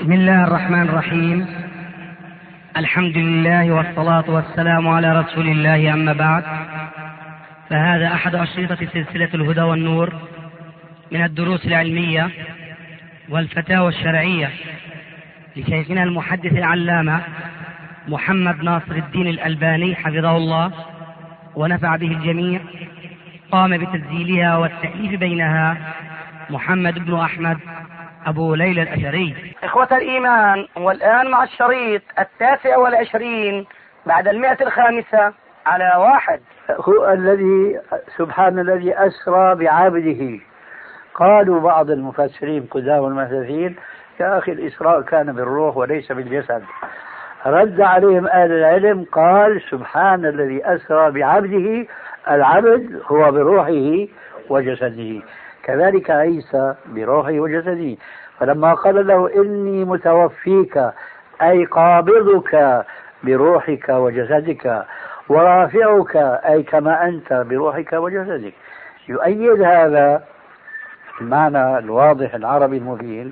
بسم الله الرحمن الرحيم. الحمد لله والصلاة والسلام على رسول الله، أما بعد، فهذا أحد أشرطة سلسلة الهدى والنور من الدروس العلمية والفتاوى الشرعية لشيخنا المحدث العلامة محمد ناصر الدين الألباني حفظه الله ونفع به الجميع. قام بتسجيلها والتأليف بينها محمد بن أحمد أبو ليلى الأشري. إخوة الإيمان، والآن مع الشريط 29 بعد 105 على 1. هو الذي سبحان الذي أسرى بعبده. قالوا بعض المفسرين قدام المحدثين: يا أخي الإسراء كان بالروح وليس بالجسد. رد عليهم أهل العلم قال: سبحان الذي أسرى بعبده، العبد هو بروحه وجسده، كذلك عيسى بروحه وجسده. فلما قال له: إني متوفيك أي قابضك بروحك وجسدك، ورافعك أي كما أنت بروحك وجسدك، يؤيد هذا المعنى الواضح العربي المبين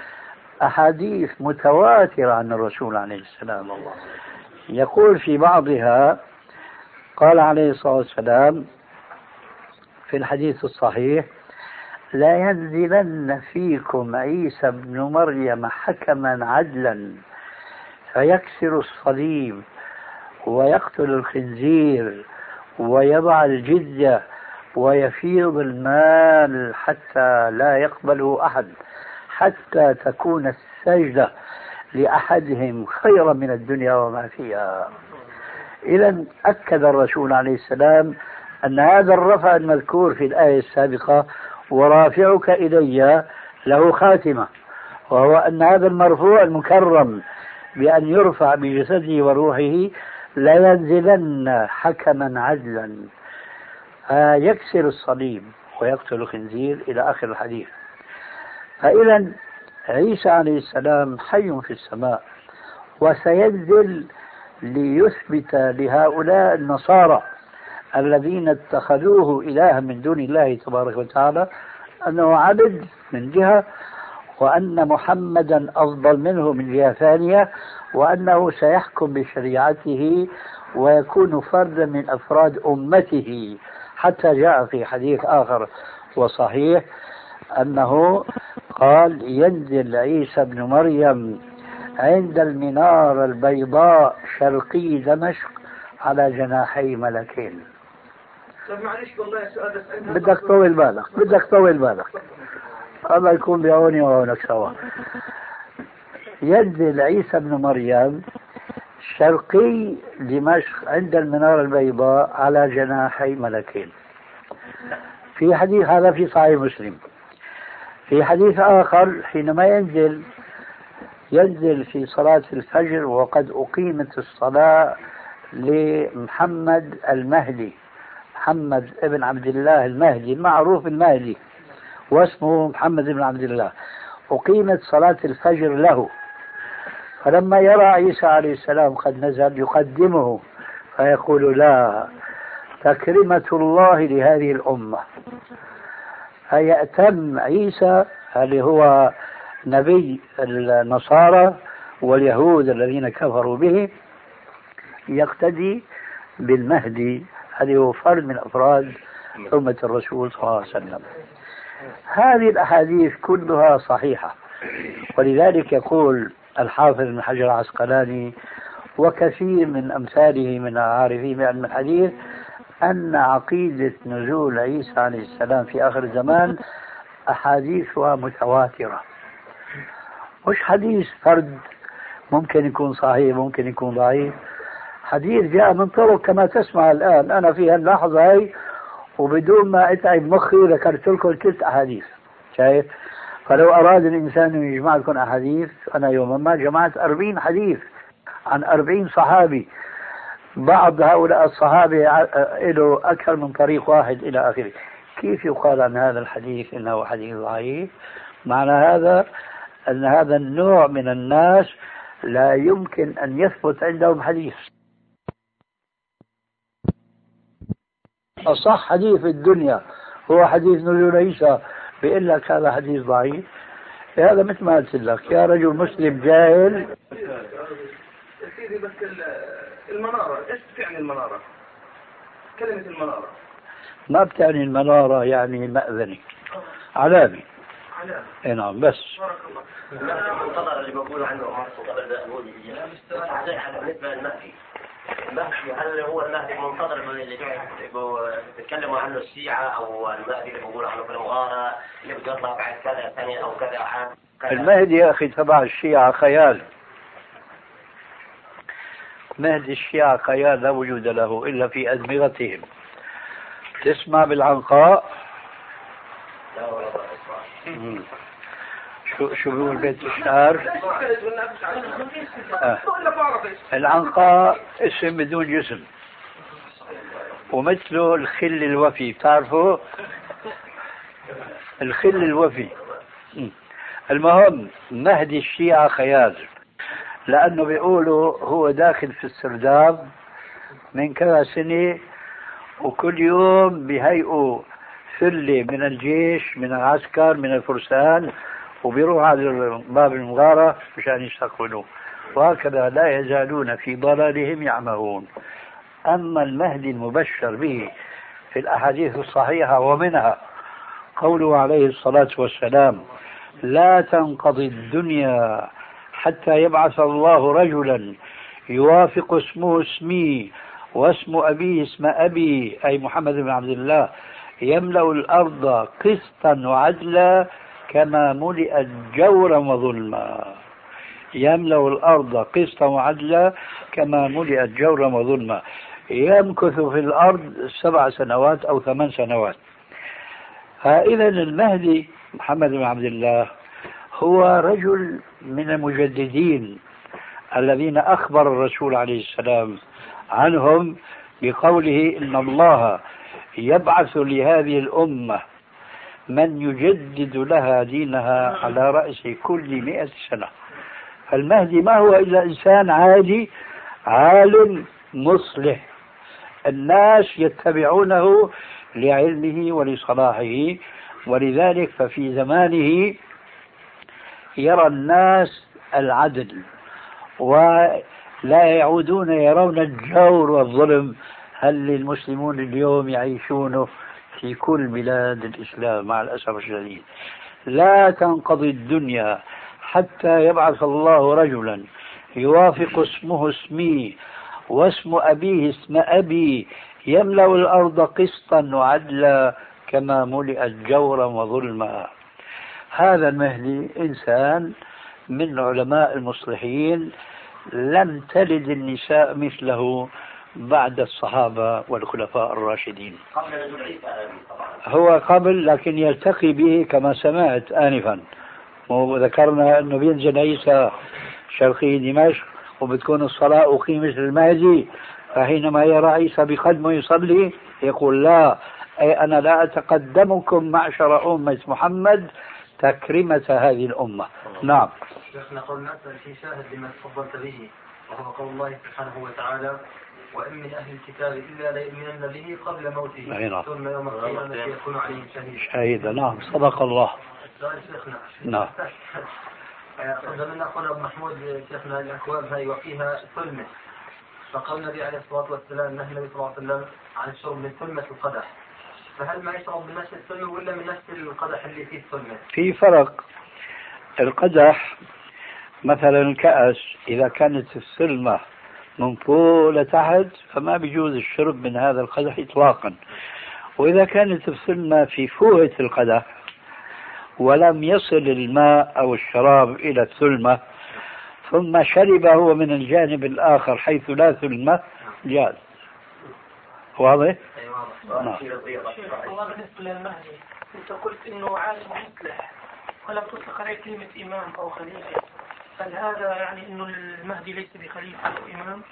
أحاديث متواترة عن الرسول عليه السلام. يقول في بعضها، قال عليه الصلاة والسلام في الحديث الصحيح: لا ينزلن فيكم عيسى بن مريم حكما عدلا فيكسر الصليب ويقتل الخنزير ويضع الجزية ويفيض المال حتى لا يقبله أحد، حتى تكون السجدة لأحدهم خيرا من الدنيا وما فيها. إذن أكد الرسول عليه السلام أن هذا الرفع المذكور في الآية السابقة: ورافعك إلي، له خاتمة، وهو أن هذا المرفوع المكرم بأن يرفع بجسده وروحه لا ينزلن حكما عدلا يكسر الصليب ويقتل الخنزير إلى آخر الحديث. فإذا عيسى عليه السلام حي في السماء، وسينزل ليثبت لهؤلاء النصارى الذين اتخذوه إلها من دون الله تبارك وتعالى أنه عبد من جهة، وأن محمدا أفضل منه من جهة ثانية، وأنه سيحكم بشريعته ويكون فردا من أفراد أمته، حتى جاء في حديث آخر وصحيح أنه قال: ينزل عيسى بن مريم عند المنارة البيضاء شرقي دمشق على جناحي ملكين. بدك طول بالك الله يكون بعوني وعونك سوا. ينزل عيسى بن مريم شرقي دمشق عند المنارة البيضاء على جناحي ملكين. في حديث هذا في صحيح مسلم. في حديث آخر حينما ينزل في صلاة الفجر وقد أقيمت الصلاة لمحمد المهدي، محمد ابن عبد الله المهدي المعروف المهدي، واسمه محمد ابن عبد الله، أقيمت صلاة الفجر له. فلما يرى عيسى عليه السلام قد نزل يقدمه فيقول: لا، تكرمة الله لهذه الأمة. فيأتم عيسى اللي هو نبي النصارى واليهود الذين كفروا به، يقتدي بالمهدي الذي هو فرد من أفراد أمة الرسول صلى الله عليه وسلم. هذه الأحاديث كلها صحيحة، ولذلك يقول الحافظ ابن حجر العسقلاني وكثير من أمثاله من العارفين بعلم الحديث أن عقيدة نزول عيسى عليه السلام في آخر الزمان أحاديثها متواترة، مش حديث فرد ممكن يكون صحيح ممكن يكون ضعيف، حديث جاء من طرق كما تسمع الآن أنا في هاللحظة هي، وبدون ما أتعب مخي ذكرت لكم 3 أحاديث. شايف؟ فلو أراد الإنسان أن يجمع لكم أحاديث، أنا يوما ما جمعت 40 حديث عن 40 صحابي، بعض هؤلاء الصحابة له أكثر من طريق واحد إلى آخره. كيف يقال عن هذا الحديث إنه حديث ضعيف؟ معنى هذا أن هذا النوع من الناس لا يمكن أن يثبت عندهم حديث. أصح حديث في الدنيا هو حديث نزول عيسى، بيقول لك هذا حديث ضعيف. هذا مثل ما قلت لك يا رجل مسلم جاهل. سيدي بس المنارة ايش تعني المنارة؟ كلمة المنارة ما بتعني المنارة يعني مأذنة، علامة. اي نعم بس. المنتظر اللي بقولوا عنه قبل بالنسبة للمهدي، المهدي هل هو المهدي المنتظر اللي بيتكلموا عنه الشيعة أو المهدي اللي بيقولوا عنه في المغارة اللي بده يطلع بعد كذا سنة أو كذا عام؟ المهدي يا أخي تبع الشيعة خيال. مهدي الشيعة خيال لا وجود له إلا في أدمغتهم. تسمع بالعنقاء؟ شو بيقول بيت الشعر؟ العنقاء اسم بدون جسم، ومثله الخل الوفي، بتعرفوا الخل الوفي. المهم مهدي الشيعة خيال، لأنه بيقولوا هو داخل في السرداب من كذا سنة، وكل يوم بهيئوا ثلة من الجيش من العسكر من الفرسان وبيروح على باب المغارة مشان يستقبلوه، وهكذا لا يزالون في ضلالهم يعمهون. أما المهدي المبشر به في الأحاديث الصحيحة ومنها قوله عليه الصلاة والسلام: لا تنقضي الدنيا حتى يبعث الله رجلا يوافق اسمه اسمي واسم أبيه اسم أبي، أي محمد بن عبد الله، يملأ الأرض قسطا وعدلا كما ملئت جورا وظلما. يملأ الأرض قسطا وعدلا كما ملئت جورا وظلما. يمكث في الأرض 7 سنوات أو 8 سنوات. إذن المهدي محمد بن عبد الله هو رجل من المجددين الذين أخبر الرسول عليه السلام عنهم بقوله: إن الله يبعث لهذه الأمة من يجدد لها دينها على رأس كل 100 سنة. فالمهدي ما هو إلا إنسان عادي عالم مصلح، الناس يتبعونه لعلمه ولصلاحه، ولذلك ففي زمانه يرى الناس العدل ولا يعودون يرون الجور والظلم. هل المسلمون اليوم يعيشونه في كل بلاد الإسلام مع الأسف الشديد. لا تنقضي الدنيا حتى يبعث الله رجلا يوافق اسمه اسمي واسم أبيه اسم أبي يملأ الأرض قسطا وعدلا كما ملئت جورا وظلما. هذا المهدي إنسان من علماء المصلحين، لم تلد النساء مثله بعد الصحابة والخلفاء الراشدين. هو قبل لكن يلتقي به كما سمعت آنفا، وذكرنا أنه بينزل عيسى شرقي دمشق وبتكون الصلاة أقيمت للمهدي، فحينما يرى عيسى بقدمه يصلي يقول: لا، أي أنا لا أتقدمكم معشر أمة محمد تكرمة هذه الأمة. نعم. شيخنا قولنا في شاهد لما تفضلت به، وهو قول الله سبحانه وتعالى: وإن من أهل الكتاب إلا ليؤمنن به قبل موته ثم يوم القيامة يكون عليهم شهيدا. نعم صدق الله. شيخنا نعم. قدم لنا أخونا أبو محمود شيخنا الأكواب هاي وفيها ثلمة، فقال النبي عليه الصلاة والسلام نهى النبي صلى الله عليه وسلم عن الشرب من ثلمة القدح، فهل ما يشرب من نفس الثلمة ولا من نفس القدح اللي فيه الثلمة؟ في فرق. القدح مثلا الكأس إذا كانت الثلمة من فوق لتحت فما بيجوز الشرب من هذا القدح إطلاقا، وإذا كانت الثلمة في فوهة القدح ولم يصل الماء أو الشراب إلى الثلمة ثم شرب هو من الجانب الآخر حيث لا ثلمة جاز. واضح؟ نعم. الله بالنسبة للمهدي أنت قلت إنه عالم مصلح ولم تطلق عليه كلمة إمام أو خليفة، هل هذا يعني إنه المهدي ليس بخليفة أو إمام؟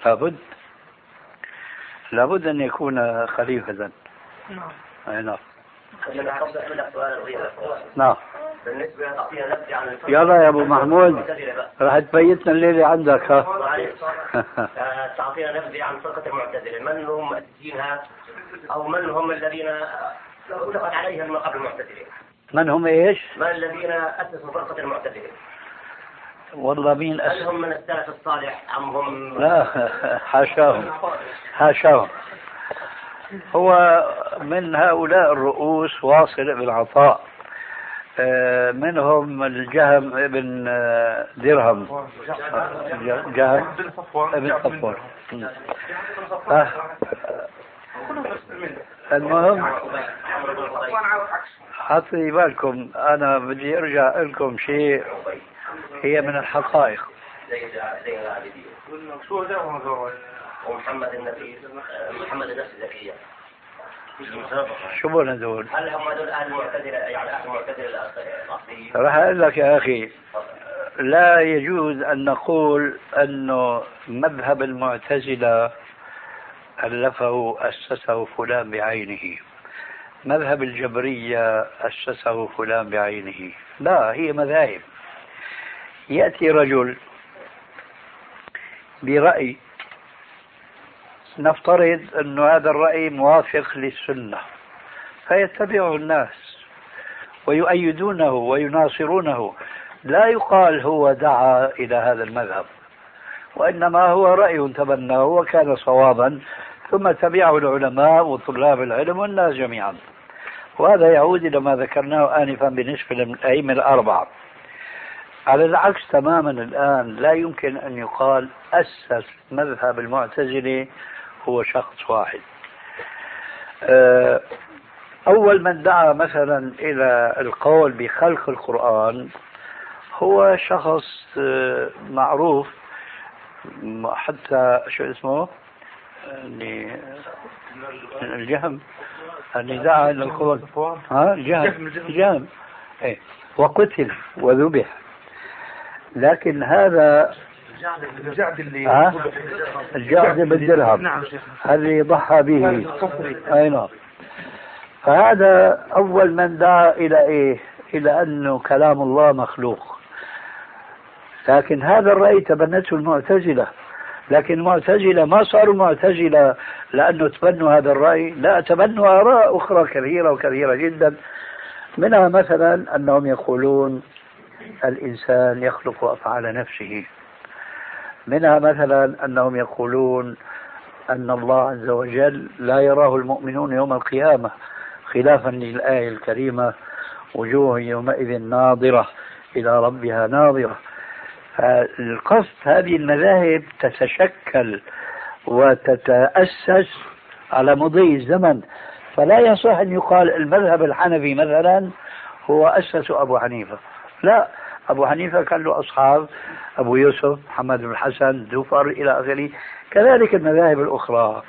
لابد أن يكون خليفة. نعم. نعم. نعم. يلا يا أبو محمود راح تبيتنا الليلة عندك. تعطينا نبذة عن فرقة المعتزلة، من هم مؤسسينها أو من هم الذين أطلقت عليهم قبل المعتزلة؟ من هم إيش؟ من الذين أسسوا فرقة المعتزلة؟ والله مين هل هم من السلف الصالح أم هم؟ لا، حاشاهم حاشاهم. هو من هؤلاء الرؤوس واصل بن عطاء، منهم الجهم ابن درهم، جهم ابن صفوان. المهم حطي بالكم، أنا بدي أرجع لكم شيء هي من الحقائق. ومحمد النبي محمد النفس الزكية شو بقول هذول؟ هل هم هذول أهل المعتزلة يعني أهل المعتزلة الأصليين؟ راح أقول لك يا أخي، لا يجوز أن نقول أنه مذهب المعتزلة ألفه أسسه فلان بعينه، مذهب الجبرية أسسه فلان بعينه، لا، هي مذاهب. يأتي رجل برأي، نفترض أن هذا الرأي موافق للسنة، فيتبعه الناس ويؤيدونه ويناصرونه، لا يقال هو دعا إلى هذا المذهب، وإنما هو رأي تبناه وكان صوابا، ثم تبعه العلماء وطلاب العلم والناس جميعا. وهذا يعود إلى ما ذكرناه آنفا بالنسبة للأئمة الأربعة. على العكس تماما الآن لا يمكن أن يقال أسس مذهب المعتزلة هو شخص واحد. أول من دعا مثلا إلى القول بخلق القرآن هو شخص معروف، حتى شو اسمه، الجهم اللي دعا إلى القول، الجهم وقتل وذبح. لكن هذا الجعد بالدرهم الذي ضحى به، أي نعم. فهذا أول من دعا إلى إيه؟ إلى أنه كلام الله مخلوق. لكن هذا الرأي تبنته المعتزلة، لكن المعتزلة ما صاروا معتزلة لأنه تبنوا هذا الرأي، لا، تبنوا آراء أخرى كثيرة وكثيرة جدا. منها مثلا أنهم يقولون الإنسان يخلق أفعال نفسه، منها مثلا أنهم يقولون أن الله عز وجل لا يراه المؤمنون يوم القيامة، خلافا للآية الكريمة وجوه يومئذ ناظرة إلى ربها ناظرة. فالقصد هذه المذاهب تتشكل وتتأسس على مضي الزمن، فلا يصح أن يقال المذهب الحنفي مثلا هو أسس أبو حنيفة، لا، أبو حنيفة كان له أصحاب، أبو يوسف، محمد بن الحسن، زفر إلى آخره، كذلك المذاهب الأخرى.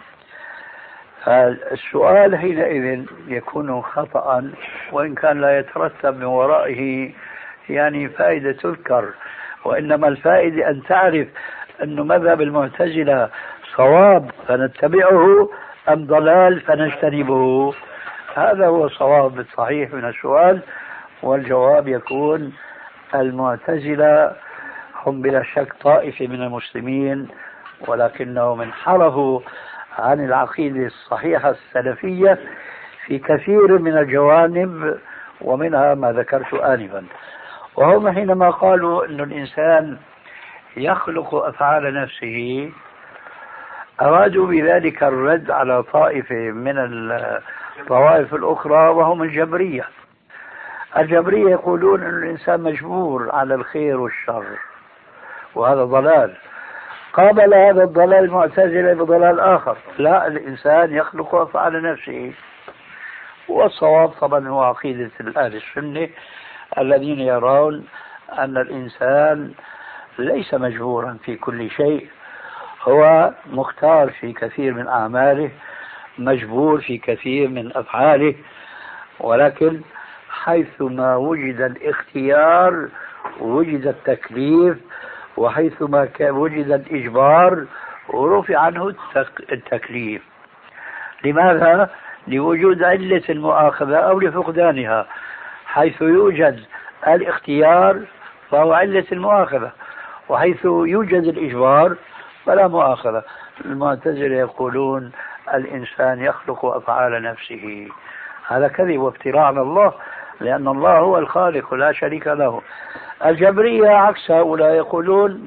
السؤال حينئذ يكون خطأ، وإن كان لا يترتب من ورائه يعني فائدة تذكر، وإنما الفائدة أن تعرف أن مذهب المعتزلة صواب فنتبعه أم ضلال فنجتنبه. هذا هو الصواب الصحيح من السؤال، والجواب يكون المعتزلة هم بلا شك طائفة من المسلمين، ولكنهم انحرفوا عن العقيدة الصحيحة السلفية في كثير من الجوانب، ومنها ما ذكرت آنفا. وهم حينما قالوا أن الإنسان يخلق أفعال نفسه أرادوا بذلك الرد على طائفة من الطوائف الأخرى، وهم الجبرية. الجبرية يقولون أن الإنسان مجبور على الخير والشر، وهذا ضلال. قابل هذا الضلال المعتزلة بضلال آخر، لا، الإنسان يخلق أفعال نفسه. والصواب طبعا هو عقيدة أهل السنة الذين يرون أن الإنسان ليس مجبورا في كل شيء، هو مختار في كثير من أعماله، مجبور في كثير من أفعاله، ولكن حيثما وجد الاختيار وجد التكليف، وحيثما وجد الإجبار ورفع عنه التكليف. لماذا؟ لوجود علة المؤاخذة أو لفقدانها. حيث يوجد الاختيار فهو علة المؤاخذة، وحيث يوجد الإجبار فلا مؤاخذة. المعتزلة يقولون الإنسان يخلق أفعال نفسه، هذا كذب وافتراء على الله. لأن الله هو الخالق لا شريك له. الجبرية عكس هؤلاء، يقولون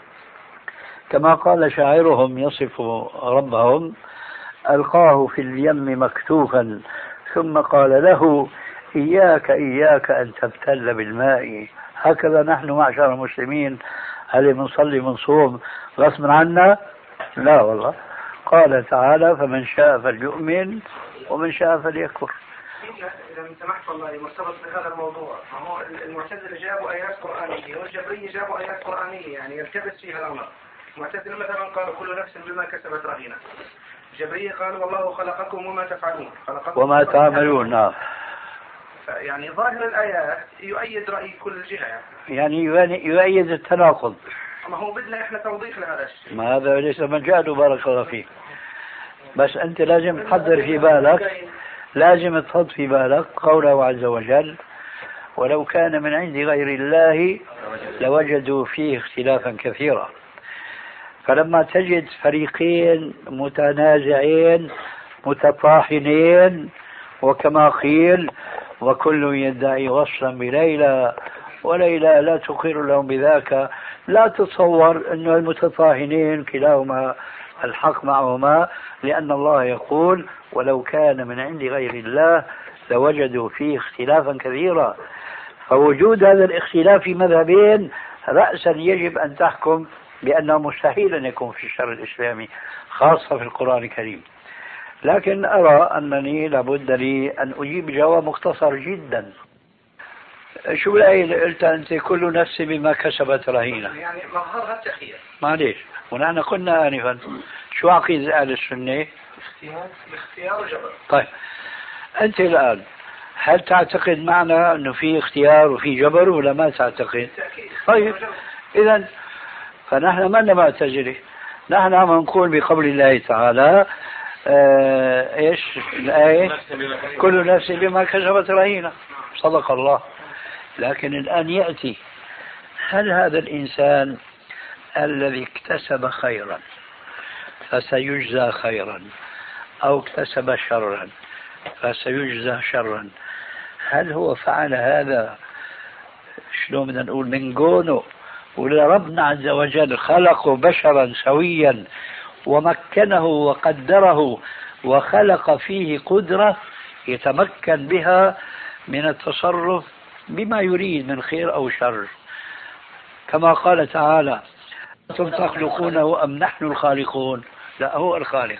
كما قال شاعرهم يصف ربهم: ألقاه في اليم مكتوفا ثم قال له إياك إياك أن تبتل بالماء. هكذا نحن معشر المسلمين، هل بنصلي بنصوم غصب عنا؟ لا والله. قال تعالى: فمن شاء فليؤمن ومن شاء فليكفر. إذا سمحت والله مرتبط بهذا الموضوع، هو المعتزلة جابوا آيات قرآنية والجبرية جابوا آيات قرآنية، يعني يلتبس فيها الأمر. المعتزلة مثلا قالوا كل نفس بما كسبت رهينة، الجبرية قالوا والله خلقكم وما تفعلون، وما تعملون. نعم. يعني ظاهر الآيات يؤيد رأي كل الجهة، يعني يؤيد التناقض. ما هو بدنا إحنا توضيح لهذا الشيء. ما هذا ليس مجال، بارك الله فيك. بس أنت لازم تحضر في بالك، لازم تحط في بالك قوله عز وجل: ولو كان من عند غير الله لوجدوا فيه اختلافا كثيرا. فلما تجد فريقين متنازعين متطاحنين، وكما قيل: وكل يدعي وصلا بليلى وليلى لا تقر لهم بذاك، لا تتصور أن المتطاحنين كلاهما الحق معهما، لأن الله يقول: ولو كان من عند غير الله لوجدوا فيه اختلافا كثيرا. فوجود هذا الاختلاف في مذهبين رأسا يجب أن تحكم بأنه مستحيل أن يكون في الشرع الإسلامي، خاصة في القرآن الكريم. لكن أرى أنني لابد لي أن أجيب جواب مختصر جدا. شو الآية اللي قلتها أنت: كل نفس بما كسبت رهينة؟ يعني مظهرها التخيير. معليش، ونحن قلنا آنفا شو عقيدة أهل السنة؟ اختيار وجبر. طيب أنت الآن هل تعتقد معنا أنه في اختيار وفي جبر ولا ما تعتقد؟ طيب إذن فنحن ما معتزلة، نحن عم نقول بقول الله تعالى ايش الآية؟ كل نفس بما كسبت رهينة. صدق الله. لكن الآن يأتي: هل هذا الإنسان الذي اكتسب خيرا فسيجزى خيرا، أو اكتسب شرا فسيجزى شرا، هل هو فعل هذا شلون بدنا نقول من جونه، ولا ربنا عز وجل خلقه بشرا سويا ومكنه وقدره وخلق فيه قدرة يتمكن بها من التصرف بما يريد من خير أو شر، كما قال تعالى: أنتم تخلقونه أم نحن الخالقون؟ لا، هو الخالق.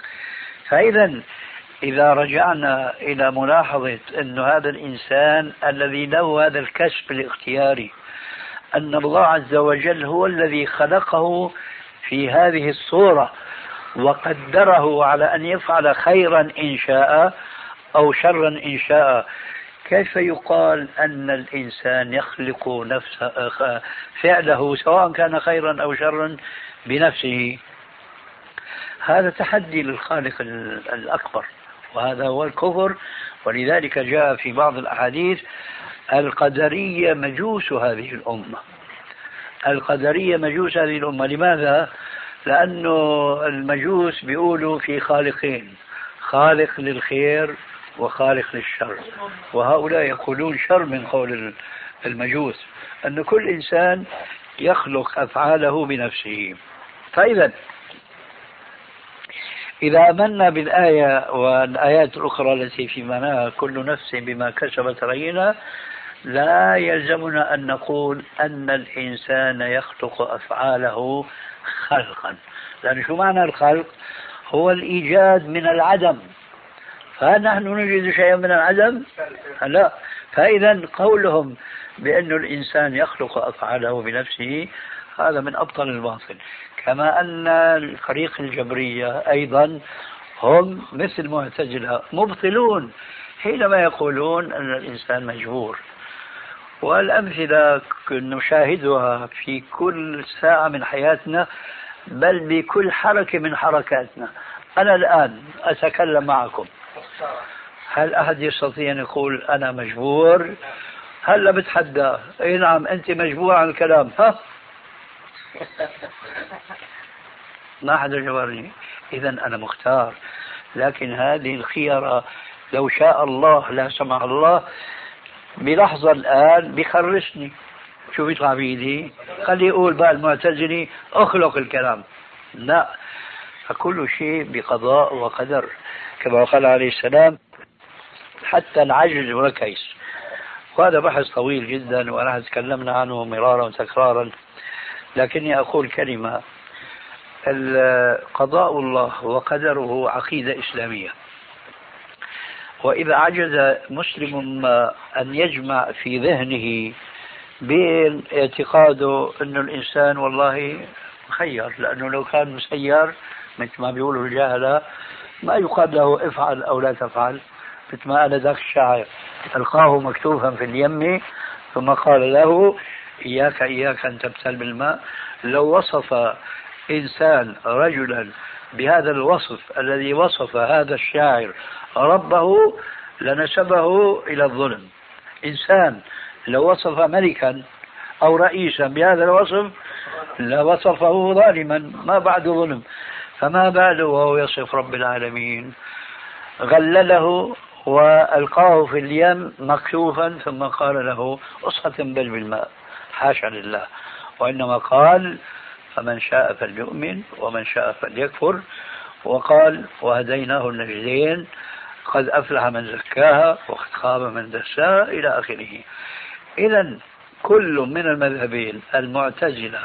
إذا رجعنا إلى ملاحظة أن هذا الإنسان الذي له هذا الكسب الاختياري، أن الله عز وجل هو الذي خلقه في هذه الصورة وقدره على أن يفعل خيرا إن شاء أو شرا إن شاء، كيف يقال أن الإنسان يخلق نفسه فعله سواء كان خيرا أو شرا بنفسه؟ هذا تحدي للخالق الأكبر، وهذا هو الكفر. ولذلك جاء في بعض الأحاديث: القدرية مجوس هذه الأمة. القدرية مجوس هذه الأمة. لماذا؟ لأنه المجوس بيقولوا في خالقين: خالق للخير وخالق للشر، وهؤلاء يقولون شر من قول المجوس، أن كل إنسان يخلق أفعاله بنفسه. فإذا إذا آمنا بالآية والآيات الأخرى التي في معناها كل نفس بما كسبت رهينة، لا يلزمنا أن نقول أن الإنسان يخلق أفعاله خلقا، لأن شو معنى الخلق؟ هو الإيجاد من العدم، فهل نحن نجد شيئا من العدم؟ لا. فإذا قولهم بأن الإنسان يخلق أفعاله بنفسه هذا من أبطل الباطل. كما أن الفريق الجبرية أيضا هم مثل المعتزلة مبطلون حينما يقولون أن الإنسان مجبور. والأمثلة نشاهدها في كل ساعة من حياتنا، بل بكل حركة من حركاتنا. أنا الآن أتكلم معكم، هل أحد يستطيع أن يقول أنا مجبور؟ هلا بتحدى: أي نعم أنت مجبور عن الكلام. ها ما حدا جبرني. إذا أنا مختار. لكن هذه الخيرة لو شاء الله لا سمح الله بلحظة الآن بيخرسني، شو بيطلع بإيدي؟ خليه يقول بقى المعتزلي اخلق الكلام. لا، فكل شيء بقضاء وقدر كما قال عليه السلام حتى العجز والكيس. وهذا بحث طويل جدا ونحن تكلمنا عنه مرارا وتكرارا، لكني أقول كلمة: قضاء الله وقدره عقيدة إسلامية، وإذا عجز مسلم أن يجمع في ذهنه بين اعتقاده أن الإنسان والله مخير، لأنه لو كان مسير مثل ما بيقولوا الجاهلة ما يقال له افعل أو لا تفعل، مثل ما قال ذاك الشاعر: ألقاه مكتوفا في اليم ثم قال له إياك إياك أن تبتل بالماء. لو وصف إنسان رجلا بهذا الوصف الذي وصف هذا الشاعر ربه لنسبه إلى الظلم. إنسان لو وصف ملكا أو رئيسا بهذا الوصف لوصفه ظالما ما بعد ظلم، فما باله وهو يصف رب العالمين. غلله وألقاه في اليم مكشوفا ثم قال له اصحى تنبل بالماء، حاشا لله، وإنما قال فمن شاء فليؤمن ومن شاء فليكفر، وقال وهديناه النجدين قد أفلح من زكاها وقد خاب من دساها إلى آخره. إذن كل من المذهبين المعتزلة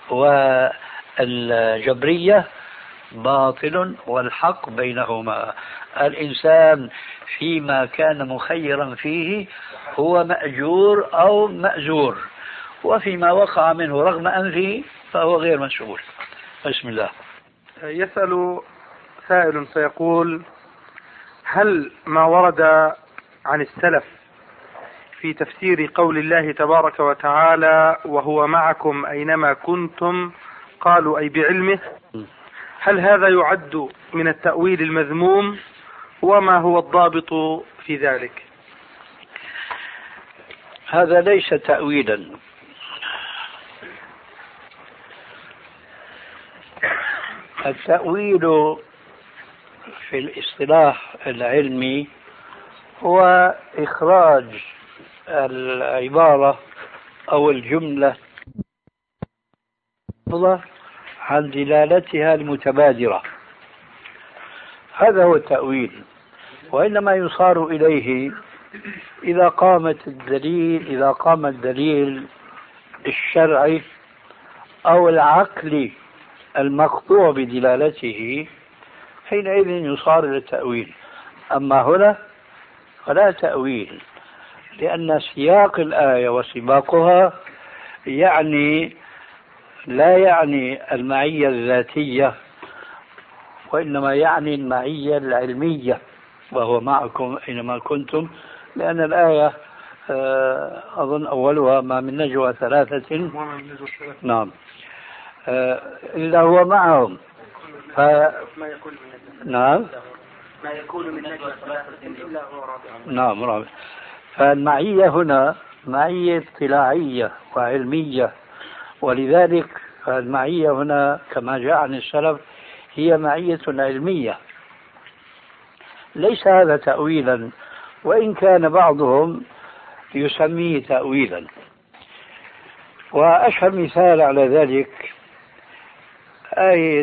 والجبرية باطل والحق بينهما. الإنسان فيما كان مخيرا فيه هو مأجور أو مأزور، وفيما وقع منه رغم أنفه فهو غير مسؤول. بسم الله. يسأل سائل فيقول: هل ما ورد عن السلف في تفسير قول الله تبارك وتعالى وهو معكم أينما كنتم قالوا أي بعلمه، هل هذا يعد من التأويل المذموم؟ وما هو الضابط في ذلك؟ هذا ليس تأويلا، التأويل في الاصطلاح العلمي هو إخراج العبارة أو الجملة عن دلالتها المتبادرة، هذا هو التأويل. وإنما يصار إليه إذا قام الدليل الشرعي أو العقلي المقطوع بدلالته، حينئذ يصار إلى التأويل. أما هنا فلا تأويل، لأن سياق الآية وسباقها لا يعني المعية الذاتية، وإنما يعني المعية العلمية، وهو معكم أينما كنتم، لأن الآية أظن أولها ما من نجوى ثلاثة نعم إلا هو معهم. نعم ما يكون من نجوى ثلاثة إلا هو رابعهم. نعم رابع. فالمعية هنا معية اطلاعية وعلمية، ولذلك المعية هنا كما جاء عن السلف هي معية علمية، ليس هذا تأويلا، وإن كان بعضهم يسميه تأويلا. وأشهر مثال على ذلك آية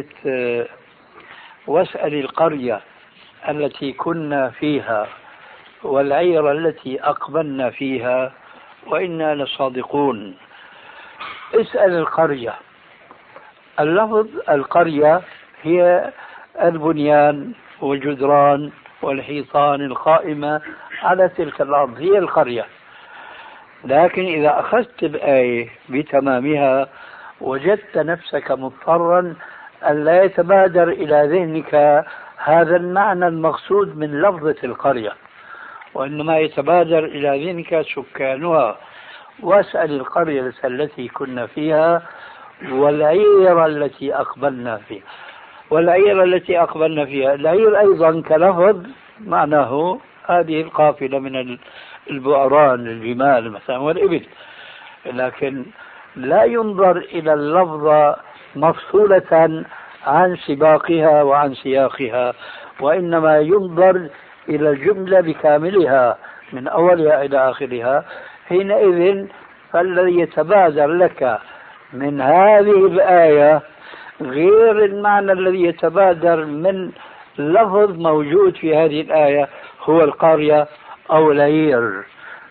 واسأل القرية التي كنا فيها والعير التي أقبلنا فيها وإنا لصادقون. اسأل القرية، اللفظ القرية هي البنيان والجدران والحيطان القائمة على تلك الأرض، هي القرية. لكن إذا أخذت الآية بتمامها وجدت نفسك مضطرا أن لا يتبادر إلى ذهنك هذا المعنى المقصود من لفظة القرية، وإنما يتبادر إلى ذهنك سكانها. واسأل القرية التي كنا فيها والعير التي أقبلنا فيها. والعير التي أقبلنا فيها، العير أيضا كلفظ معناه هذه القافلة من البؤران الجمال مثلا والإبل، لكن لا ينظر إلى اللفظة مفصولة عن سباقها وعن سياقها، وإنما ينظر إلى الجملة بكاملها من أولها إلى آخرها، حينئذ فالذي يتبادر لك من هذه الآية غير المعنى الذي يتبادر من لفظ موجود في هذه الآية هو القرية أو العير.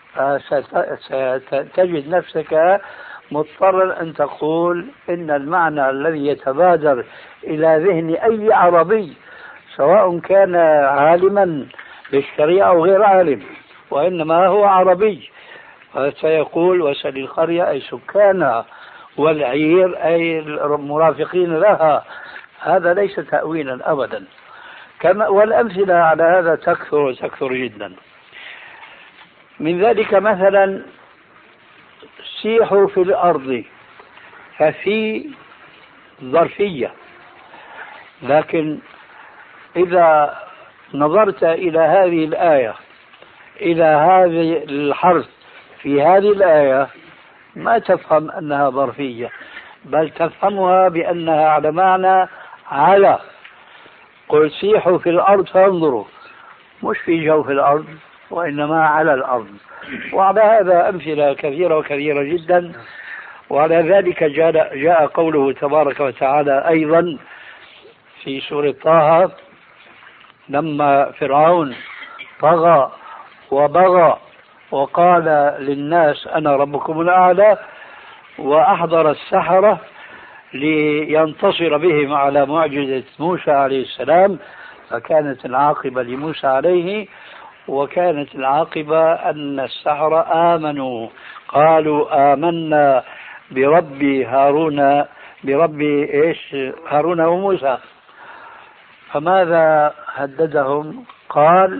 ستجد نفسك مضطرا أن تقول إن المعنى الذي يتبادر إلى ذهن أي عربي سواء كان عالما بالشريعة أو غير عالم وإنما هو عربي، فسيقول وسل القرية أي سكانها، والعير أي المرافقين لها. هذا ليس تأويلا أبدا. والأمثلة على هذا تكثر جدا. من ذلك مثلا سيحوا في الأرض، ففي ظرفية، لكن إذا نظرت إلى هذه الآية إلى هذه الحرف في هذه الآية ما تفهم أنها ظرفية، بل تفهمها بأنها على معنى على. قل سيحوا في الأرض فانظروا، مش في جوف الأرض وإنما على الأرض. وعلى هذا أمثلة كثيرة وكثيرة جدا. وعلى ذلك جاء قوله تبارك وتعالى أيضا في سورة طه لما فرعون طغى وبغى وقال للناس أنا ربكم الأعلى، وأحضر السحرة لينتصر بهم على معجزة موسى عليه السلام، فكانت العاقبة لموسى عليه وكانت العاقبة أن السحرة آمنوا، قالوا آمنا برب هارون وموسى. فماذا هددهم؟ قال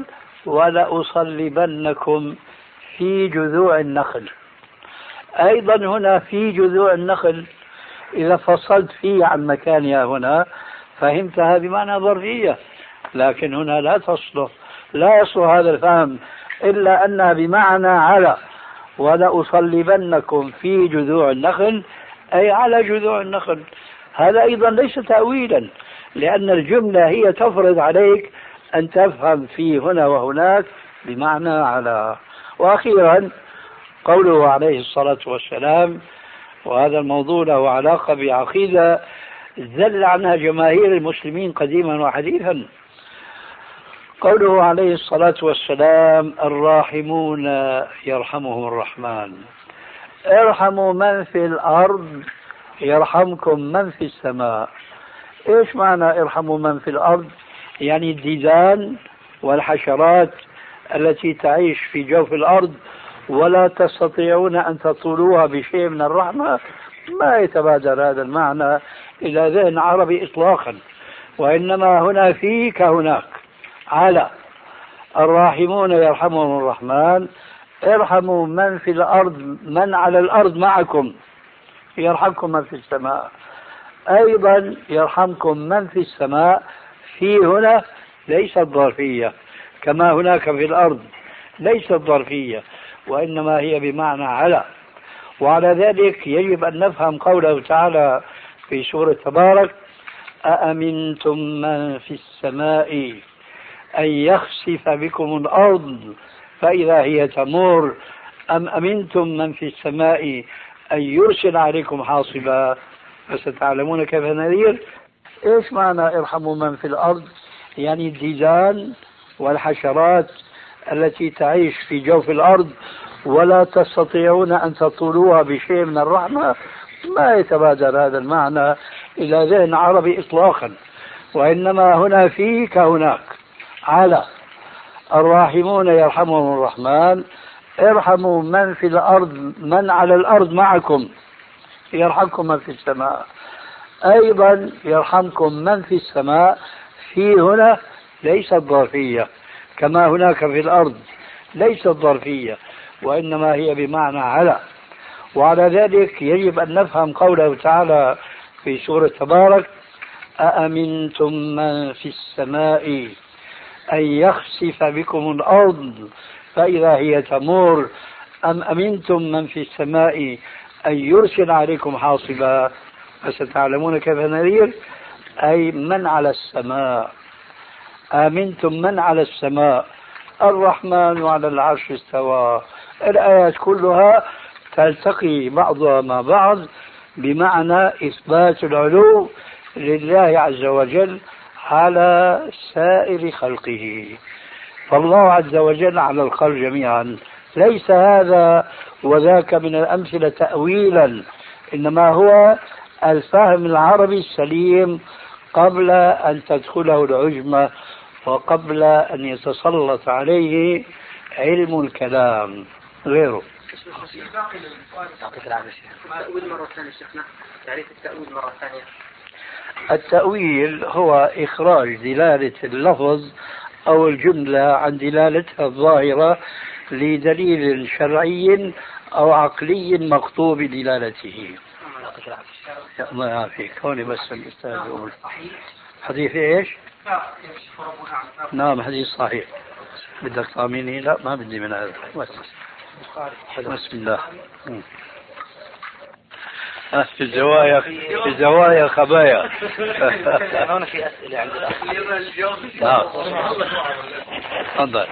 ولأصلبنكم في جذوع النخل. أيضا هنا في جذوع النخل إذا فصلت فيه عن مكانها هنا فهمتها بمعنى ظرفية، لكن هنا لا يصلح هذا الفهم إلا أنها بمعنى على. ولأصلبنكم في جذوع النخل أي على جذوع النخل. هذا أيضا ليس تأويلا، لأن الجملة هي تفرض عليك أن تفهم في هنا وهناك بمعنى على. وأخيرا قوله عليه الصلاة والسلام، وهذا الموضوع له علاقة بعقيدة زل عنها جماهير المسلمين قديما وحديثا. قوله عليه الصلاة والسلام الراحمون يرحمهم الرحمن، ارحموا من في الأرض يرحمكم من في السماء. ايش معنى ارحموا من في الأرض؟ يعني الديدان والحشرات التي تعيش في جوف الأرض ولا تستطيعون أن تطولوها بشيء من الرحمة. ما يتبادر هذا المعنى إلى ذهن عربي إطلاقا، وإنما هنا في كهناك على. الراحمون يرحمهم الرحمن، ارحموا من في الأرض، من على الأرض معكم يرحمكم من في السماء. أيضا يرحمكم من في السماء في هنا ليست ظرفية كما هناك في الأرض، ليست ظرفية وإنما هي بمعنى على. وعلى ذلك يجب أن نفهم قوله تعالى في سورة تبارك أأمنتم من في السماء أن يخسف بكم الأرض فإذا هي تمور أم أمنتم من في السماء أن يرسل عليكم حاصبا فستعلمون كيف نذير. إيش معنى ارحموا من في الأرض؟ يعني الديدان والحشرات التي تعيش في جوف الأرض ولا تستطيعون أن تطولوها بشيء من الرحمة. ما يتبادر هذا المعنى إلى ذهن عربي إطلاقا، وإنما هنا في كهناك على. الراحمون يرحمهم الرحمن، ارحموا من في الأرض، من على الأرض معكم يرحمكم من في السماء. أيضا يرحمكم من في السماء في هنا ليست ظرفية كما هناك في الأرض، ليست ظرفية وإنما هي بمعنى على. وعلى ذلك يجب أن نفهم قوله تعالى في سورة تبارك أأمنتم من في السماء أن يخسف بكم الأرض فإذا هي تمور أم أمنتم من في السماء أن يرسل عليكم حاصبا فستعلمون كيف نذير. أي من على السماء، آمنتم من على السماء الرحمن على العرش استوى. الآيات كلها تلتقي بعضها مع بعض بمعنى إثبات العلو لله عز وجل على سائر خلقه. فالله عز وجل على الخلق جميعا. ليس هذا وذاك من الأمثلة تأويلا، إنما هو الفهم العربي السليم قبل أن تدخله العجمة وقبل أن يتسلط عليه علم الكلام غيره. التأويل هو إخراج دلالة اللفظ أو الجملة عن دلالتها الظاهرة لدليل شرعي أو عقلي مقطوع بدلالته. الله يعافيك. هوني بس الأستاذ يقول حديث إيش؟ نعم حديث صحيح. بدك طاميني؟ لا ما بدي من هذا. بسم الله. في الزوايا خبايا. هنا في أسئلة عند الأخ. تفضل.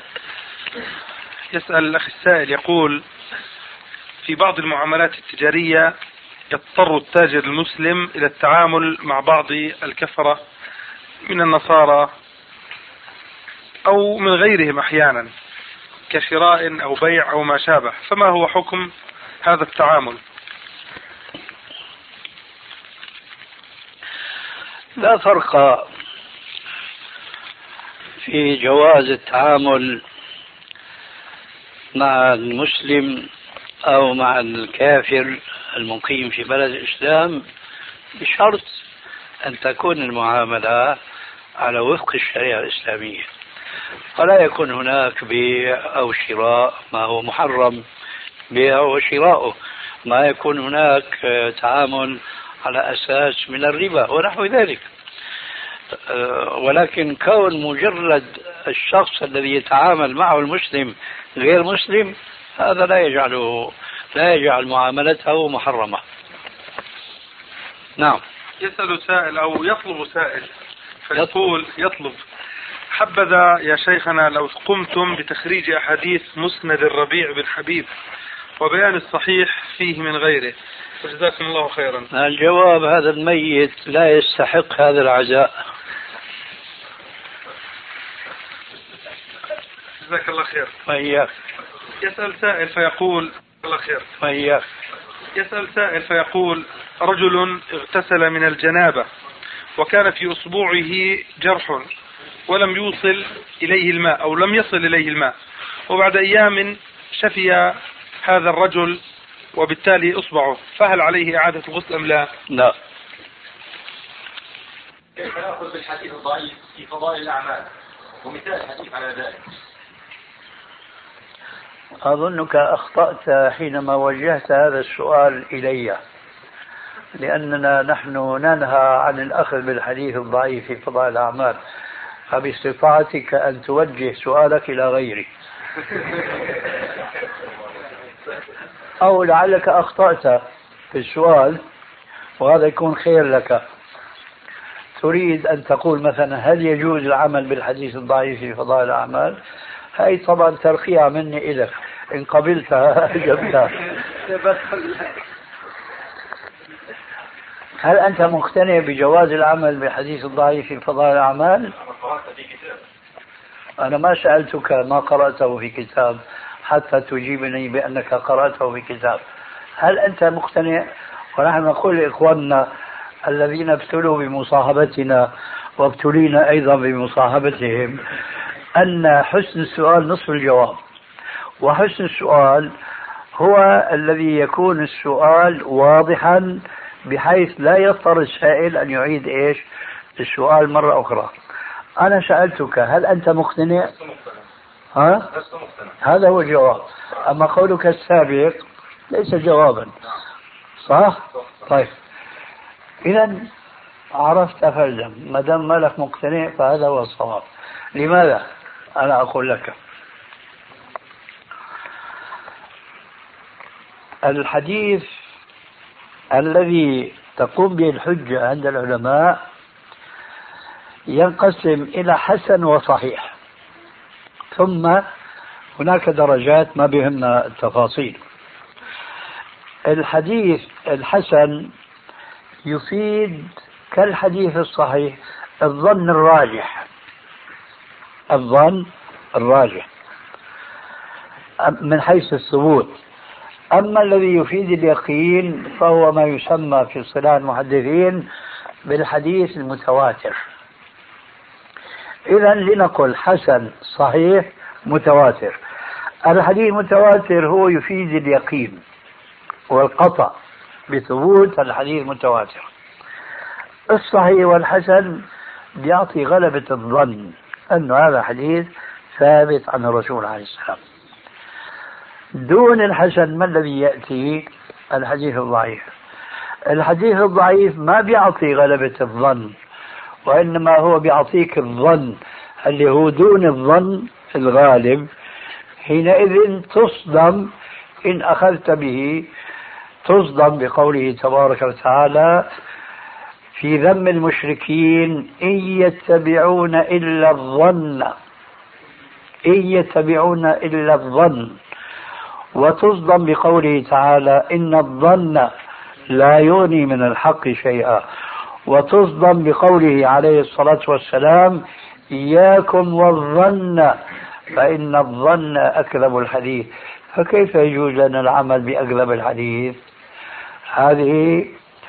يسأل الأخ السائل يقول: في بعض المعاملات التجارية يضطر التاجر المسلم إلى التعامل مع بعض الكفرة من النصارى أو من غيرهم أحيانا كشراء أو بيع أو ما شابه، فما هو حكم هذا التعامل؟ لا فرق في جواز التعامل مع المسلم أو مع الكافر المقيم في بلد الإسلام بشرط أن تكون المعاملة على وفق الشريعة الإسلامية، ولا يكون هناك بيع أو شراء ما هو محرم بيع وشراؤه، ما يكون هناك تعامل على أساس من الربا ونحو ذلك. ولكن كون مجرد الشخص الذي يتعامل معه المسلم غير مسلم هذا لا يجعل معاملته محرمة. نعم. يسأل سائل أو يطلب سائل فيقول يطلب: حبذا يا شيخنا لو قمتم بتخريج أحاديث مسند الربيع بن حبيب وبيان الصحيح فيه من غيره، وجزاكم الله خيرا. الجواب: هذا الميت لا يستحق هذا العزاء. جزاك الله خير. وإياك. يسأل سائل فيقول: الله خير. وإياك. يسأل سائل فيقول: رجل اغتسل من الجنابة وكان في أصبعه جرح ولم يوصل إليه الماء أو لم يصل إليه الماء، وبعد أيام شفي هذا الرجل وبالتالي أصبعه، فهل عليه إعادة الغسل أم لا؟ لا. كيف نأخذ بالحديث الضعيف في فضائل الأعمال ومثال الحديث على ذلك؟ أظنك أخطأت حينما وجهت هذا السؤال إلي، لأننا نحن ننهى عن الأخذ بالحديث الضعيف في فضائل الأعمال، فباستطاعتك أن توجه سؤالك إلى غيري. أو لعلك أخطأت في السؤال وهذا يكون خير لك. تريد أن تقول مثلا: هل يجوز العمل بالحديث الضعيف في فضائل الأعمال؟ هاي طبعا ترقية مني إليك، إن قبلتها جبتها. هل أنت مقتنع بجواز العمل بالحديث الضعيف في فضائل الأعمال؟ أنا ما سألتك ما قرأته في كتاب حتى تجيبني بأنك قرأته في كتاب. هل أنت مقتنع؟ ونحن نقول لإخواننا الذين ابتلوا بمصاحبتنا وابتلينا أيضا بمصاحبتهم أن حسن السؤال نصف الجواب، وحسن السؤال هو الذي يكون السؤال واضحا بحيث لا يضطر السائل أن يعيد السؤال مرة أخرى. أنا سألتك: هل أنت مقتنع؟ هذا هو الجواب. أما قولك السابق ليس جوابا، صح؟ طيب، إذا عرفت فلزم، ما دام مالك مقتنع فهذا هو الصواب. لماذا؟ أنا أقول لك: الحديث الذي تقوم به الحجة عند العلماء ينقسم إلى حسن وصحيح. ثم هناك درجات ما بهمنا التفاصيل. الحديث الحسن يفيد كالحديث الصحيح الظن الراجح، الظن الراجح من حيث الثبوت. أما الذي يفيد اليقين فهو ما يسمى في اصطلاح المحدثين بالحديث المتواتر. إذا لنقل حسن صحيح متواتر. الحديث المتواتر هو يفيد اليقين والقطع بثبوت الحديث المتواتر. الصحيح والحسن بيعطي غلبة الظن أن هذا حديث ثابت عن الرسول عليه السلام. دون الحسن ما الذي يأتي؟ الحديث الضعيف. الحديث الضعيف ما بيعطي غلبة الظن، وإنما هو بيعطيك الظن اللي هو دون الظن الغالب. حينئذ تصدم إن أخذت به، تصدم بقوله تبارك وتعالى في ذم المشركين إن يتبعون إلا الظن، إن يتبعون إلا الظن. وتصدم بقوله تعالى إن الظن لا يغني من الحق شيئا. وتصدم بقوله عليه الصلاة والسلام إياكم والظن فإن الظن أكذب الحديث. فكيف يجوز لنا العمل بأكذب الحديث؟ هذه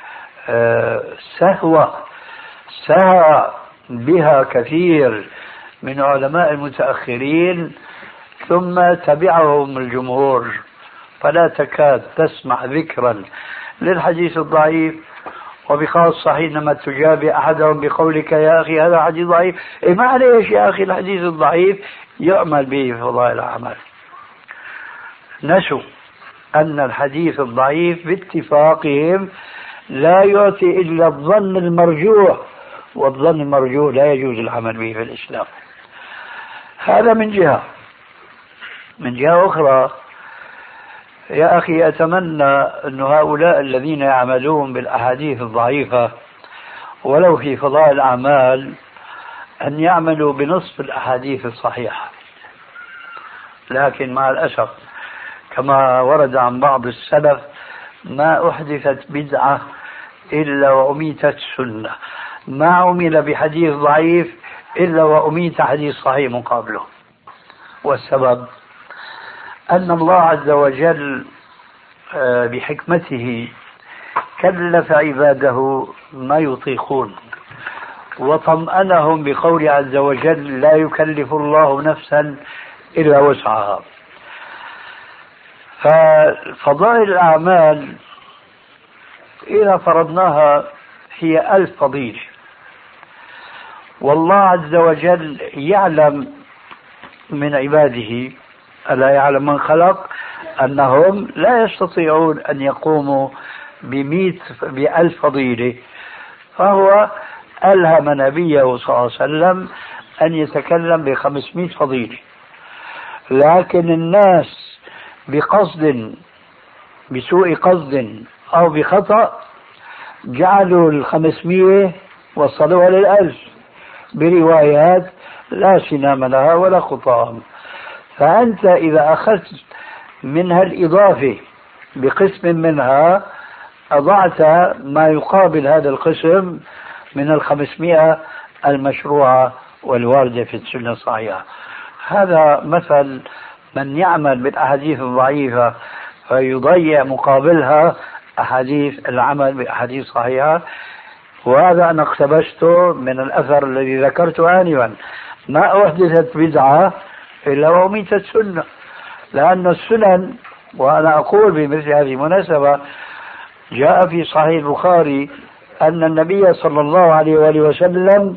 سهى بها كثير من علماء المتأخرين ثم تبعهم الجمهور، فلا تكاد تسمع ذكرا للحديث الضعيف. وبخاصة حينما تجابي أحدهم بقولك يا أخي هذا حديث ضعيف، معليش يا أخي الحديث الضعيف يعمل به في فضائل الأعمال. نسوا أن الحديث الضعيف باتفاقهم لا يعطي إلا الظن المرجوح، والظن المرجوح لا يجوز العمل به في الإسلام. هذا من جهة. من جهة أخرى يا أخي أتمنى أن هؤلاء الذين يعملون بالأحاديث الضعيفة ولو في فضائل الأعمال أن يعملوا بنصف الأحاديث الصحيحة. لكن مع الأسف كما ورد عن بعض السلف ما أحدثت بدعة إلا وأميتت سنة، ما عمل بحديث ضعيف إلا وأميت حديث صحيح مقابله. والسبب أن الله عز وجل بحكمته كلف عباده ما يطيقون، وطمأنهم بقول عز وجل لا يكلف الله نفسا إلا وسعها. ففضائل الأعمال إذا فرضناها هي 1000 فضيلة، والله عز وجل يعلم من عباده ألا يعلم من خلق أنهم لا يستطيعون أن يقوموا ب1000 فضيلة، فهو ألهم نبيه صلى الله عليه وسلم أن يتكلم ب500 فضيلة. لكن الناس بقصد بسوء قصد أو بخطأ جعلوا 500 وصلوها 1000 بروايات لا سنام لها ولا خطام. فأنت إذا أخذت منها الإضافة بقسم منها أضعت ما يقابل هذا القسم من 500 المشروعة والواردة في السنة الصحيحة. هذا مثل من يعمل بالأحاديث الضعيفة فيضيع مقابلها أحاديث العمل بأحاديث صحيحة. وهذا أنا اقتبسته من الأثر الذي ذكرته آنفا، ما أحدثت بدعة إلا وأميتت سنة. لأن السنن، وأنا أقول بمثل هذه المناسبة، جاء في صحيح البخاري أن النبي صلى الله عليه وآله وسلم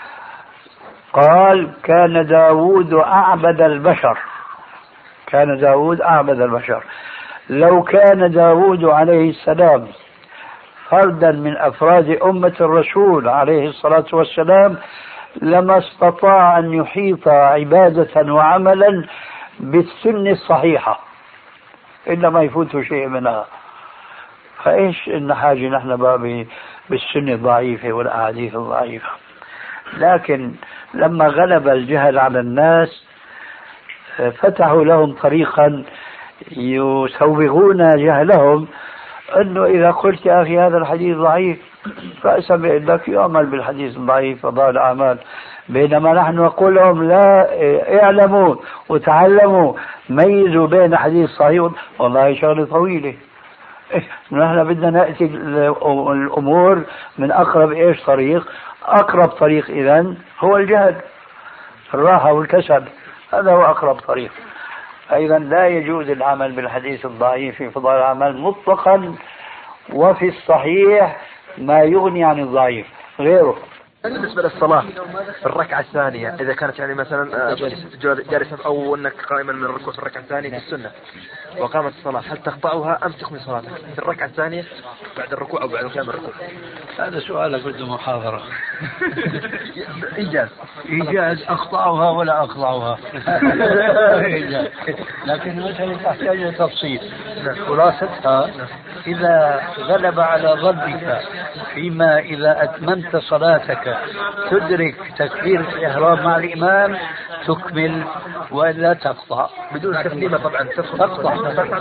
قال كان داود أعبد البشر، كان داود أعبد البشر. لو كان داود عليه السلام فردا من أفراد أمة الرسول عليه الصلاة والسلام لما استطاع أن يحيط عبادة وعملا بالسنة الصحيحة إلا ما يفوت شيء منها. فإيش إن حاجة نحن بقى بالسنة الضعيفة والأحاديث الضعيفة؟ لكن لما غلب الجهل على الناس فتحوا لهم طريقا يسوغون جهلهم، أنه إذا قلت يا أخي هذا الحديث ضعيف فأسمع لك يعمل بالحديث الضعيف فضال الأعمال، بينما نحن نقول لهم لا، اعلموا وتعلموا ميزوا بين حديث صحيح. والله شغلة طويلة، نحن بدنا نأتي الأمور من أقرب طريق. أقرب طريق إذن هو الجهد، الراحة والكسل، هذا هو أقرب طريق. أيضا لا يجوز العمل بالحديث الضعيف في فضائل الأعمال مطلقا، وفي الصحيح ما يغني عن الضعيف غيره. بالنسبة للصلاة في الركعة الثانية، إذا كانت يعني مثلا جالسا أو أنك قائما من الركوع في الركعة الثانية في السنة وقامت الصلاة، هل تقطعها أم تكمل صلاتك في الركعة الثانية بعد الركوع أو بعد قيام الركوع؟ هذا سؤالك بده محاضرة. إيجاز أقطعها ولا أقطعها. لكن مثلا تحتاج لتفصيل. خلاصتها إذا غلب على ظنك فيما إذا أتممت صلاتك تدرك تكبيرة الإحرام مع الإمام تكمل وإلا تقطع بدون تكليمة. طبعا تقطع.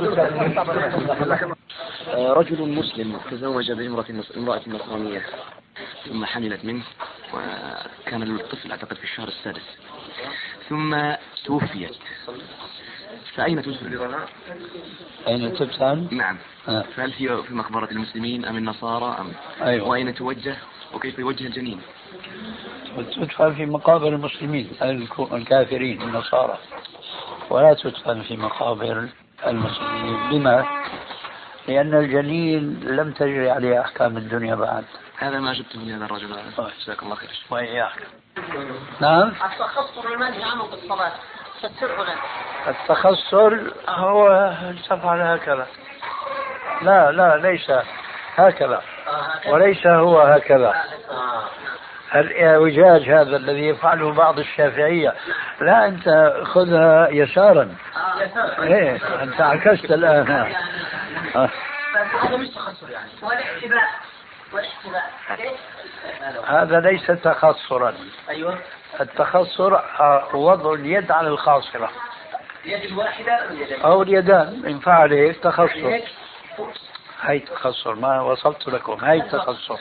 رجل مسلم تزوج بامرأة نصرانية ثم حملت منه، وكان الطفل أعتقد في الشهر السادس، ثم توفيت، فأين تدفن؟ أين تدفن؟ نعم. فهل في مقبرة المسلمين أم النصارى أم أيوة. وأين توجه وكيف يوجه الجنين؟ تدفن في مقابر المسلمين الكافرين النصارى، ولا تدفن في مقابر المسلمين. لما؟ لأن الجنين لم تجري عليه أحكام الدنيا بعد. هذا ما جبته من هذا الرجل. جزاك الله خير. وإياك. نعم. التخصر المنهي عنه بالصلاة تفسره لنا. التخصر هو تفعل هكذا. لا ليس هكذا، وليس هو هكذا. الإعوجاج هذا الذي يفعله بعض الشافعية، لا أنت خذها يسارا. إيه أنت عكست الآن. هذا مش تخصر يعني. والاحتباء هذا ليس تخصرا. أيوة. التخصر وضع اليد على الخاصرة، اليد الواحدة أو اليدان، إن فعل هيك تخصر. هاي تخصر، ما وصلت لكم، هاي تخصر.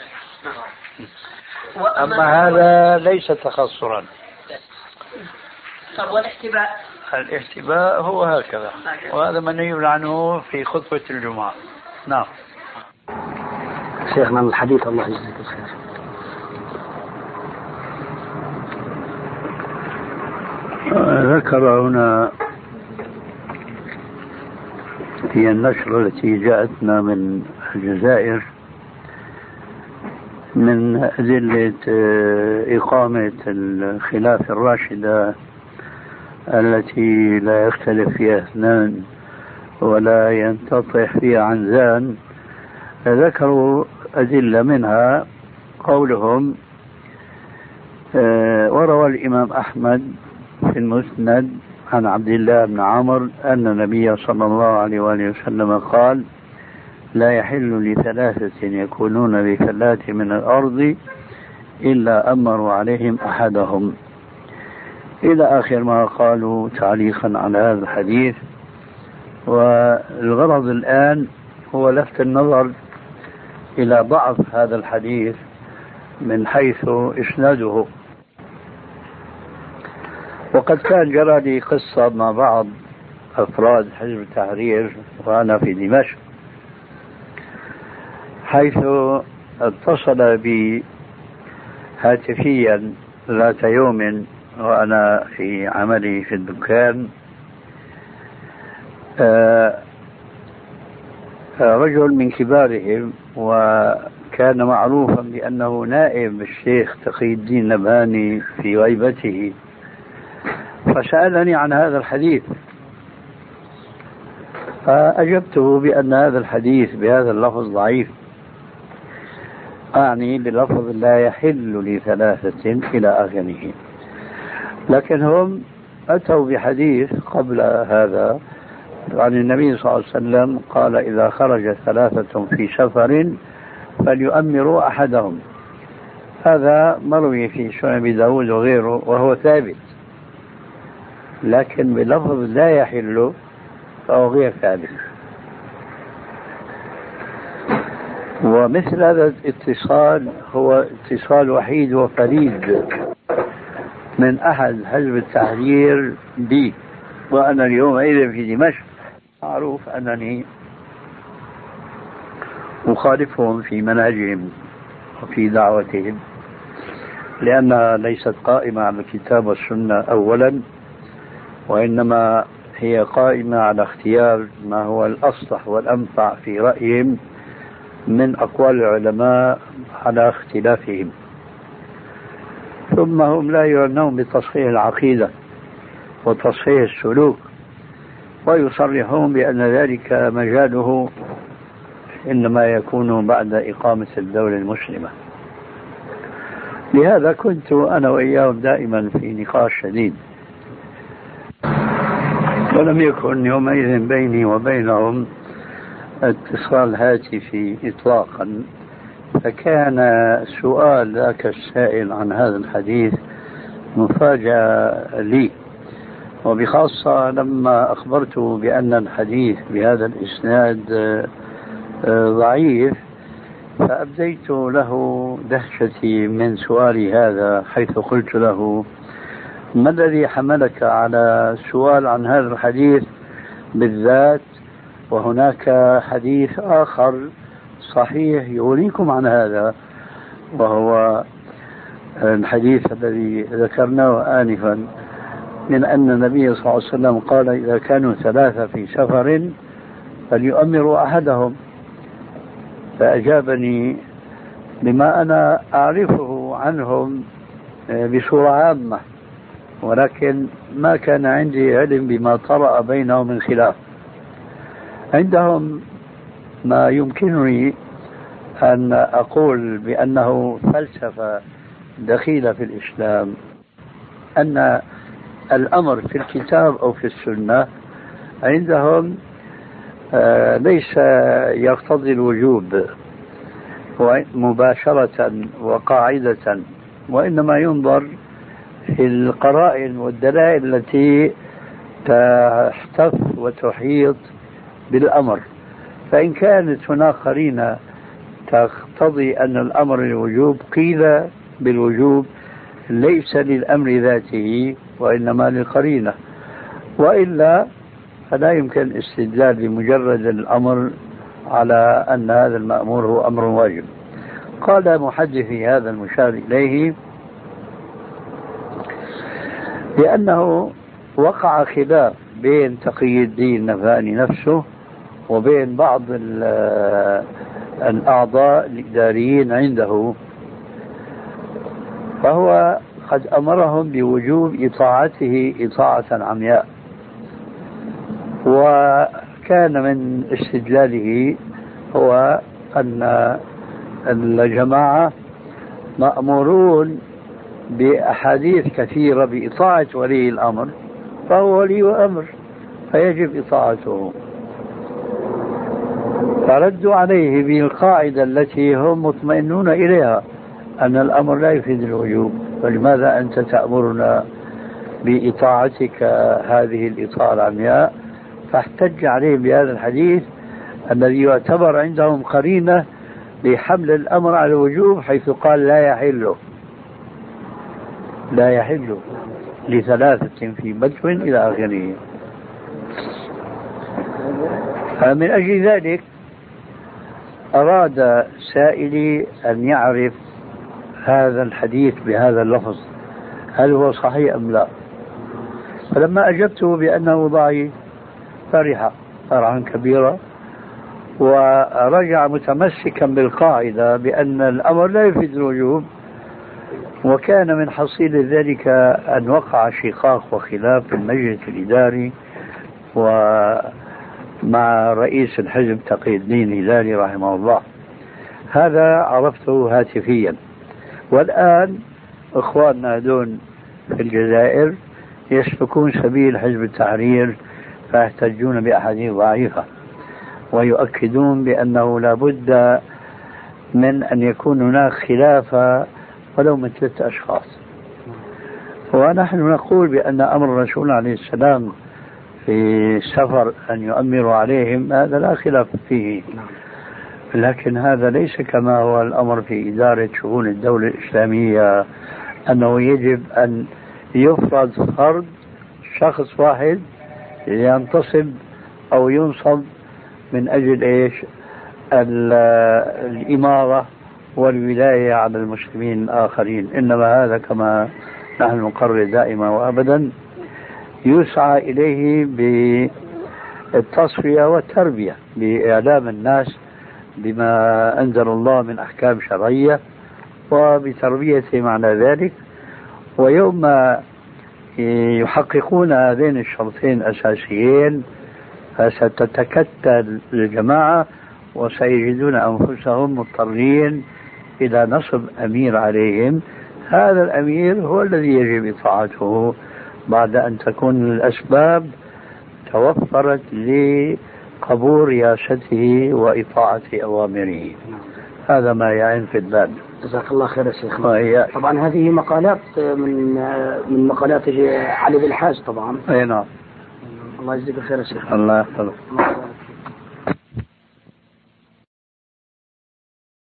أما هذا ليس تخصرا. طب والاحتباء؟ الاحتباء هو هكذا، وهذا منهي عنه في خطبة الجمعة. نعم. شيخنا الحديث الله يجزيك الخير. ذكر هنا في النشرة التي جاءتنا من الجزائر من أدلة إقامة الخلافة الراشدة التي لا يختلف فيها اثنان ولا ينتطح فيها عنزان. ذكروا أدلة منها قولهم وروى الإمام أحمد في المسند عن عبد الله بن عمرو أن النبي صلى الله عليه وآله وسلم قال لا يحل لثلاثة يكونون بفلاة من الأرض إلا أمروا عليهم أحدهم، إلى آخر ما قالوا تعليقا على هذا الحديث. والغرض الآن هو لفت النظر إلى ضعف هذا الحديث من حيث إسناده. وقد كان جرى لي قصة مع بعض أفراد حزب التحرير وأنا في دمشق، حيث اتصل بي هاتفيا ذات يوم وأنا في عملي في الدكان رجل من كبارهم، وكان معروفا بأنه نائب الشيخ تقي الدين نبهاني في غيبته، فسألني عن هذا الحديث، فأجبته بأن هذا الحديث بهذا اللفظ ضعيف، أعني بلفظ لا يحل لثلاثة إلى آخره. لكن هم أتوا بحديث قبل هذا عن النبي صلى الله عليه وسلم قال إذا خرج ثلاثة في سفر فليؤمروا أحدهم. هذا مروي في سنن أبي داود وغيره وهو ثابت. لكن بلفظ لا يحل فهو غير ثابت. ومثل هذا الاتصال هو اتصال وحيد وفريد من أحد حزب التحرير بي، وأنا اليوم أيضا في دمشق، معروف أنني أخالفهم في منهجهم وفي دعوتهم، لأنها ليست قائمة على الكتاب والسنة أولا، وإنما هي قائمة على اختيار ما هو الأصلح والأنفع في رأيهم من أقوال العلماء على اختلافهم. ثم هم لا يعنون بتصحيح العقيدة وتصحيح السلوك، ويصرحون بأن ذلك مجاله إنما يكون بعد إقامة الدولة المسلمة. لهذا كنت أنا وإياهم دائما في نقاش شديد، ولم يكن يومئذ بيني وبينهم اتصال هاتفي إطلاقا. فكان سؤال ذاك السائل عن هذا الحديث مفاجأة لي، وبخاصة لما أخبرته بأن الحديث بهذا الإسناد ضعيف، فأبديت له دهشتي من سؤالي هذا، حيث قلت له: ما الذي حملك على السؤال عن هذا الحديث بالذات، وهناك حديث آخر صحيح يغنيكم عن هذا، وهو الحديث الذي ذكرناه آنفا من أن النبي صلى الله عليه وسلم قال: إذا كانوا ثلاثة في سفر فليؤمروا أحدهم. فأجابني بما أنا أعرفه عنهم بصورة عامة، ولكن ما كان عندي علم بما طرأ بينهم من خلاف. عندهم ما يمكنني أن أقول بأنه فلسفة دخيلة في الإسلام، أن الأمر في الكتاب أو في السنة عندهم ليس يقتضي الوجوب مباشرة وقاعدة، وإنما ينظر في القرائن والدلائل التي تحتف وتحيط بالأمر. فإن كانت هناك قرينة تقتضي أن الأمر الوجوب، قيل بالوجوب ليس للأمر ذاته وإنما للقرينة، وإلا فلا يمكن الاستدلال بمجرد الأمر على أن هذا المأمور هو أمر واجب. قال محدثي هذا المشار إليه لأنه وقع خلاف بين تقي الدين النفاني نفسه وبين بعض الأعضاء الإداريين عنده، فهو قد أمرهم بوجوب إطاعته إطاعة عمياء، وكان من استدلاله هو أن الجماعة مأمورون بأحاديث كثيرة بإطاعة ولي الأمر، فهو ولي أمر فيجب إطاعته. فردوا عليه بالقاعدة التي هم مطمئنون إليها أن الأمر لا يفيد الوجوب، فلماذا أنت تأمرنا بإطاعتك هذه الإطاعة العمياء؟ فاحتج عليهم بهذا الحديث الذي يعتبر عندهم قرينة لحمل الأمر على الوجوب، حيث قال لا يحل لثلاثة في بدو إلى آخره. فمن أجل ذلك أراد سائلي أن يعرف هذا الحديث بهذا اللفظ هل هو صحيح أم لا. فلما أجبته بأنه ضعيف فرح فرحا كبيرا، ورجع متمسكا بالقاعدة بأن الأمر لا يفيد الوجوب. وكان من حصيل ذلك أن وقع شقاق وخلاف في المجلس الإداري ومع رئيس الحزب تقي الدين الهلالي رحمه الله. هذا عرفته هاتفيا. والآن إخواننا دون في الجزائر يسلكون سبيل حزب التحرير، فيحتجون بأحاديث ضعيفة ويؤكدون بأنه لا بد من أن يكون هناك خلافة ولو من 3 أشخاص. ونحن نقول بأن أمر الرسول عليه السلام في السفر أن يؤمر عليهم هذا لا خلاف فيه، لكن هذا ليس كما هو الأمر في إدارة شؤون الدولة الإسلامية، أنه يجب أن يفرض فرض شخص واحد ينتصب أو ينصب من أجل إيش الإمارة والولاية على المسلمين الآخرين، إنما هذا كما نحن نقرر دائما وأبدا يسعى إليه بالتصفية والتربية، بإعلام الناس بما أنزل الله من أحكام شرعية وبتربيتهم على ذلك. ويوم ما يحققون هذين الشرطين الأساسيين فستتكتل الجماعة وسيجدون أنفسهم مضطرين إلى نصب أمير عليهم. هذا الأمير هو الذي يجب إطاعته بعد أن تكون الأسباب توفرت لقبول رياسته وإطاعة أوامره. هذا ما يعين في الباب. جزاك الله خير يا شيخ. طبعا هذه مقالات من مقالات علي بالحاج طبعا. أي نعم. الله يجزيك الخير يا شيخ. الله يحفظك.